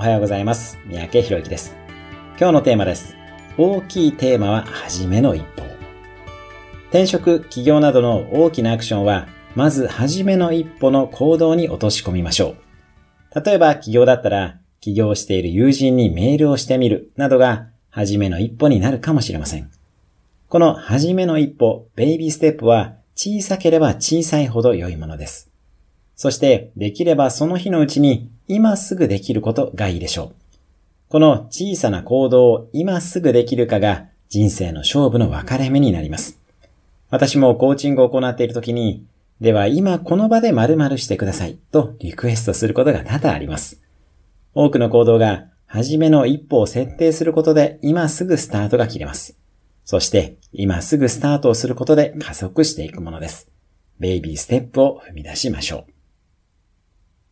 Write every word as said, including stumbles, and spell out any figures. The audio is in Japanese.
はようございます。三宅宏之です。今日のテーマです。大きいテーマは初めの一歩。転職、起業などの大きなアクションは、まず初めの一歩の行動に落とし込みましょう。例えば起業だったら、起業している友人にメールをしてみるなどが初めの一歩になるかもしれません。この初めの一歩、ベイビーステップは小さければ小さいほど良いものです。そしてできればその日のうちに今すぐできることがいいでしょう。この小さな行動を今すぐできるかが人生の勝負の分かれ目になります。私もコーチングを行っているときに、では今この場で〇〇してくださいとリクエストすることが多々あります。多くの行動が初めの一歩を設定することで今すぐスタートが切れます。そして今すぐスタートをすることで加速していくものです。ベイビーステップを踏み出しましょう。